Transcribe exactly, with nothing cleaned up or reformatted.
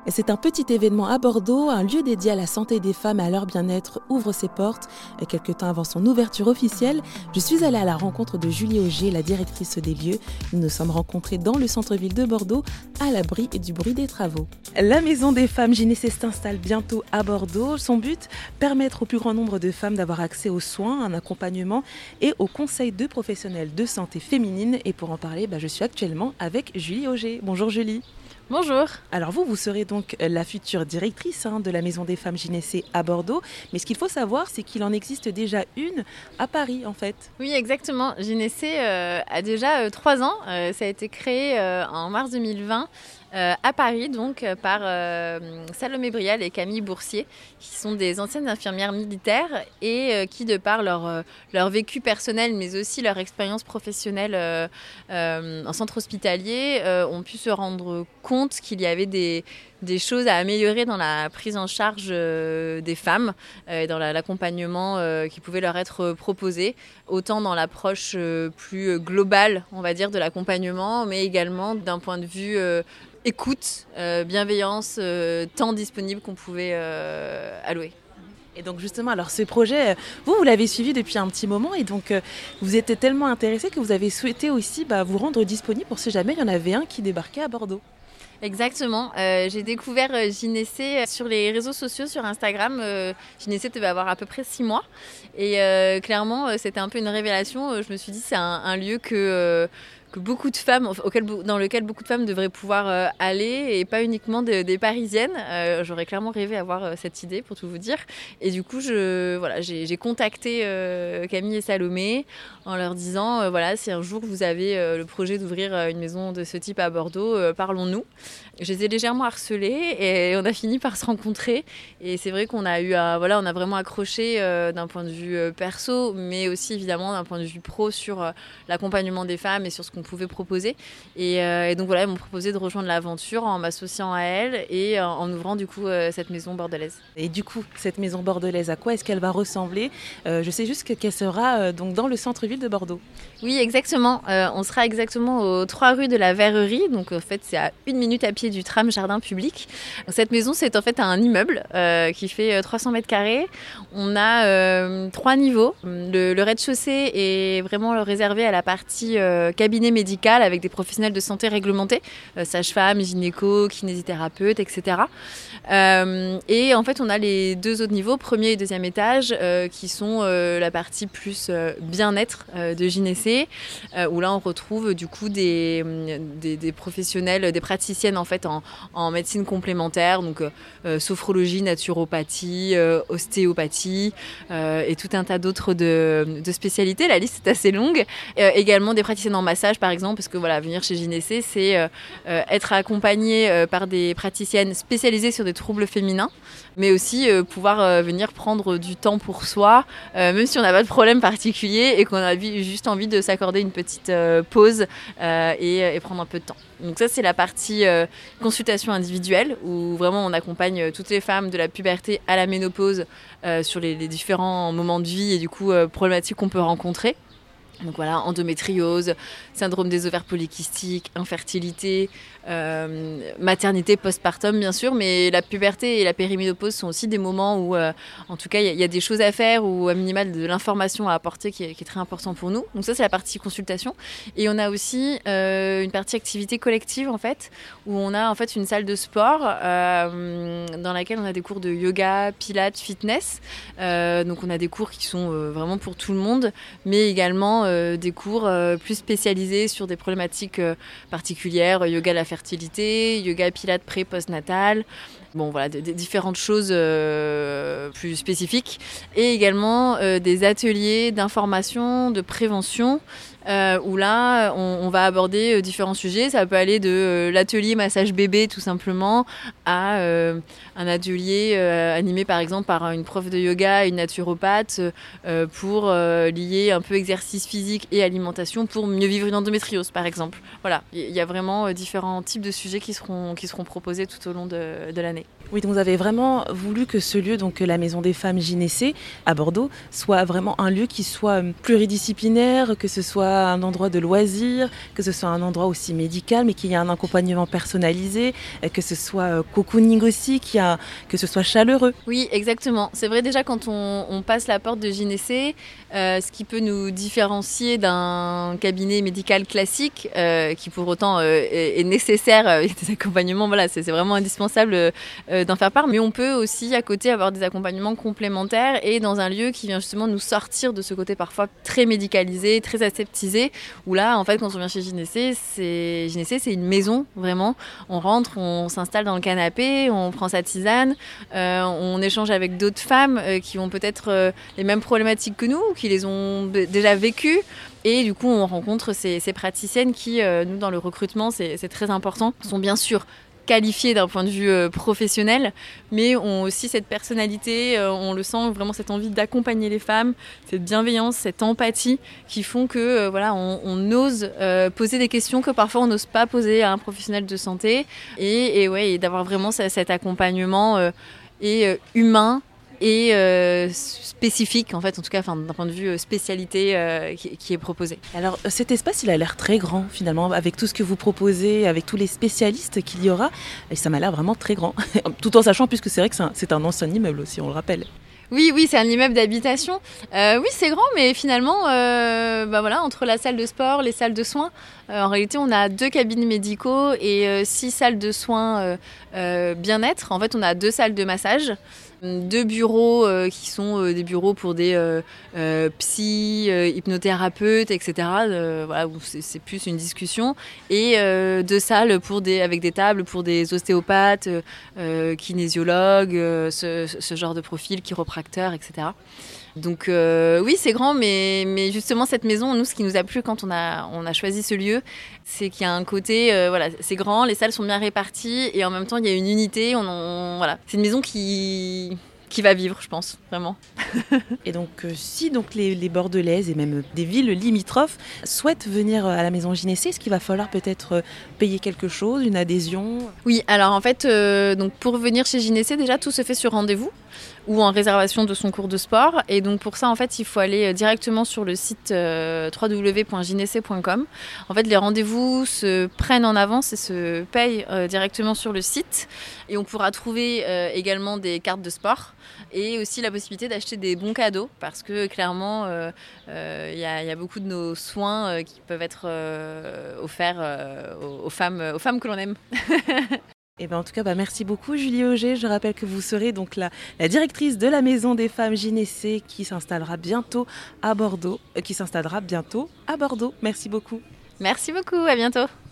Et c'est un petit événement à Bordeaux, un lieu dédié à la santé des femmes et à leur bien-être ouvre ses portes. Et quelques temps avant son ouverture officielle, je suis allée à la rencontre de Julie Auger, la directrice des lieux. Nous nous sommes rencontrés dans le centre-ville de Bordeaux, à l'abri du bruit des travaux. La Maison des Femmes Gynécée s'installe bientôt à Bordeaux. Son but, permettre au plus grand nombre de femmes d'avoir accès aux soins, à un accompagnement et aux conseils de professionnels de santé féminine. Et pour en parler, bah, je suis actuellement avec Julie Auger. Bonjour Julie. Bonjour. Alors vous, vous serez donc la future directrice hein, de la Maison des Femmes Gynécée à Bordeaux. Mais ce qu'il faut savoir, c'est qu'il en existe déjà une à Paris en fait. Oui, exactement. Gynécée euh, a déjà euh, trois ans. Euh, ça a été créé euh, en mars deux mille vingt. Euh, à Paris, donc, euh, par euh, Salomé Brial et Camille Boursier, qui sont des anciennes infirmières militaires et euh, qui, de par leur, euh, leur vécu personnel, mais aussi leur expérience professionnelle euh, euh, en centre hospitalier, euh, ont pu se rendre compte qu'il y avait des, des choses à améliorer dans la prise en charge euh, des femmes, euh, dans la, l'accompagnement euh, qui pouvait leur être proposé, autant dans l'approche euh, plus globale, on va dire, de l'accompagnement, mais également d'un point de vue euh, écoute, euh, bienveillance, euh, temps disponible qu'on pouvait euh, allouer. Et donc justement, alors ce projet, vous, vous l'avez suivi depuis un petit moment et donc euh, vous étiez tellement intéressé que vous avez souhaité aussi bah, vous rendre disponible pour si jamais il y en avait un qui débarquait à Bordeaux. Exactement. Euh, j'ai découvert euh, Gynécée sur les réseaux sociaux, sur Instagram. Euh, Gynécée devait avoir à peu près six mois. Et euh, clairement, euh, c'était un peu une révélation. Je me suis dit, c'est un, un lieu que... Euh, que beaucoup de femmes, auquel, dans lequel beaucoup de femmes devraient pouvoir euh, aller et pas uniquement de, des parisiennes. Euh, j'aurais clairement rêvé avoir euh, cette idée pour tout vous dire. Et du coup, je, voilà, j'ai, j'ai contacté euh, Camille et Salomé en leur disant, euh, voilà, si un jour vous avez euh, le projet d'ouvrir euh, une maison de ce type à Bordeaux, euh, parlons-nous. Je les ai légèrement harcelés et on a fini par se rencontrer. Et c'est vrai qu'on a eu, à, voilà, on a vraiment accroché euh, d'un point de vue euh, perso, mais aussi évidemment d'un point de vue pro sur euh, l'accompagnement des femmes et sur ce qu'on pouvait proposer. Et, euh, et donc voilà, ils m'ont proposé de rejoindre l'aventure en m'associant à elle et en, en ouvrant du coup euh, cette maison bordelaise. Et du coup, cette maison bordelaise, à quoi est-ce qu'elle va ressembler ? euh, Je sais juste que, qu'elle sera euh, donc dans le centre-ville de Bordeaux. Oui, exactement. Euh, on sera exactement aux trois rues de la Verrerie. Donc en fait, c'est à une minute à pied du tram jardin public. Cette maison, c'est en fait un immeuble euh, qui fait trois cents mètres carrés. On a euh, trois niveaux. Le, le rez-de-chaussée est vraiment réservé à la partie euh, cabinet médical avec des professionnels de santé réglementés, euh, sages-femmes, gynéco, kinésithérapeutes, et cetera. Euh, et en fait, on a les deux autres niveaux, premier et deuxième étage, euh, qui sont euh, la partie plus euh, bien-être euh, de gynécée, euh, où là, on retrouve du coup des, des, des professionnels, des praticiennes en fait en, en médecine complémentaire, donc euh, sophrologie, naturopathie, euh, ostéopathie euh, et tout un tas d'autres de, de spécialités. La liste est assez longue. Euh, également des praticiennes en massage par exemple, parce que voilà, venir chez Gynécée, c'est euh, être accompagné euh, par des praticiennes spécialisées sur des troubles féminins, mais aussi euh, pouvoir euh, venir prendre du temps pour soi, euh, même si on n'a pas de problème particulier et qu'on a juste envie de s'accorder une petite euh, pause euh, et, et prendre un peu de temps. Donc ça, c'est la partie euh, consultation individuelle, où vraiment on accompagne toutes les femmes de la puberté à la ménopause euh, sur les, les différents moments de vie et du coup euh, problématiques qu'on peut rencontrer. Donc voilà, endométriose, syndrome des ovaires polykystiques, infertilité, euh, maternité postpartum bien sûr, mais la puberté et la périménopause sont aussi des moments où, euh, en tout cas, il y, y a des choses à faire ou à minimal de l'information à apporter qui est, qui est très important pour nous. Donc ça, c'est la partie consultation. Et on a aussi euh, une partie activité collective en fait, où on a en fait une salle de sport euh, dans laquelle on a des cours de yoga, pilates, fitness. Euh, donc on a des cours qui sont euh, vraiment pour tout le monde, mais également euh, Euh, des cours euh, plus spécialisés sur des problématiques euh, particulières, yoga à la fertilité, yoga pilates pré-postnatal, bon voilà, des, des différentes choses euh, plus spécifiques, et également euh, des ateliers d'information, de prévention, euh, où là on, on va aborder euh, différents sujets. Ça peut aller de euh, l'atelier massage bébé tout simplement à euh, un atelier euh, animé par exemple par une prof de yoga, une naturopathe euh, pour euh, lier un peu exercice physique et alimentation pour mieux vivre une endométriose par exemple. Voilà, il y a vraiment euh, différents types de sujets qui seront, qui seront proposés tout au long de, de l'année. parler. Oui, donc vous avez vraiment voulu que ce lieu, donc la Maison des Femmes Gynécée à Bordeaux, soit vraiment un lieu qui soit pluridisciplinaire, que ce soit un endroit de loisirs, que ce soit un endroit aussi médical, mais qu'il y ait un accompagnement personnalisé, que ce soit cocooning aussi, qu'il y a, que ce soit chaleureux. Oui, exactement. C'est vrai déjà quand on, on passe la porte de gynécée, euh, ce qui peut nous différencier d'un cabinet médical classique, euh, qui pour autant euh, est, est nécessaire, euh, des accompagnements, voilà, c'est, c'est vraiment indispensable euh, d'en faire part, mais on peut aussi à côté avoir des accompagnements complémentaires et dans un lieu qui vient justement nous sortir de ce côté parfois très médicalisé, très aseptisé, où là en fait quand on vient chez gynécée, c'est gynécée, c'est une maison vraiment. On rentre, on s'installe dans le canapé, on prend sa tisane, euh, on échange avec d'autres femmes euh, qui ont peut-être euh, les mêmes problématiques que nous, qui les ont b- déjà vécues. Et du coup, on rencontre ces, ces praticiennes qui, euh, nous, dans le recrutement, c'est, c'est très important, sont bien sûr qualifiés d'un point de vue euh, professionnel, mais ont aussi cette personnalité, euh, on le sent vraiment cette envie d'accompagner les femmes, cette bienveillance, cette empathie qui font que euh, voilà, on, on ose euh, poser des questions que parfois on n'ose pas poser à un professionnel de santé et, et, ouais, et d'avoir vraiment c- cet accompagnement euh, et, euh, humain et euh, spécifique, en fait, en tout cas, enfin, d'un point de vue spécialité euh, qui, qui est proposé. Alors cet espace, il a l'air très grand finalement, avec tout ce que vous proposez, avec tous les spécialistes qu'il y aura, et ça m'a l'air vraiment très grand, tout en sachant, puisque c'est vrai que c'est un, c'est un ancien immeuble aussi, on le rappelle. Oui, oui, c'est un immeuble d'habitation. Euh, oui, c'est grand, mais finalement, euh, bah voilà, entre la salle de sport, les salles de soins, euh, en réalité, on a deux cabinets médicaux et euh, six salles de soins euh, euh, bien-être. En fait, on a deux salles de massage, deux bureaux euh, qui sont euh, des bureaux pour des euh, euh, psy, euh, hypnothérapeutes, et cetera. Euh, voilà, où c'est, c'est plus une discussion. Et euh, deux salles pour des, avec des tables pour des ostéopathes, euh, kinésiologues, euh, ce, ce genre de profil, chiropracteurs, et cetera. Donc euh, oui, c'est grand, mais, mais justement cette maison, nous, ce qui nous a plu quand on a, on a choisi ce lieu, c'est qu'il y a un côté, euh, voilà, c'est grand, les salles sont bien réparties et en même temps il y a une unité. On, on- voilà, c'est une maison qui qui va vivre, je pense, vraiment. Et donc euh, si donc les, les Bordelaises et même des villes limitrophes souhaitent venir à la Maison Gynécée, est-ce qu'il va falloir peut-être euh, payer quelque chose, une adhésion ? Oui, alors en fait, euh, donc pour venir chez Gynécée, déjà tout se fait sur rendez-vous ou en réservation de son cours de sport. Et donc pour ça, en fait, il faut aller directement sur le site euh, w w w point gynécée point com. En fait, les rendez-vous se prennent en avance et se payent euh, directement sur le site. Et on pourra trouver euh, également des cartes de sport et aussi la possibilité d'acheter des bons cadeaux parce que clairement, il euh, euh, y, a, y a beaucoup de nos soins euh, qui peuvent être euh, offerts euh, aux, aux, femmes, aux femmes que l'on aime. Eh ben, en tout cas, bah, merci beaucoup Julie Auger. Je rappelle que vous serez donc la, la directrice de la Maison des Femmes Gynécée qui s'installera bientôt à Bordeaux. Euh, qui s'installera bientôt à Bordeaux. Merci beaucoup. Merci beaucoup, à bientôt.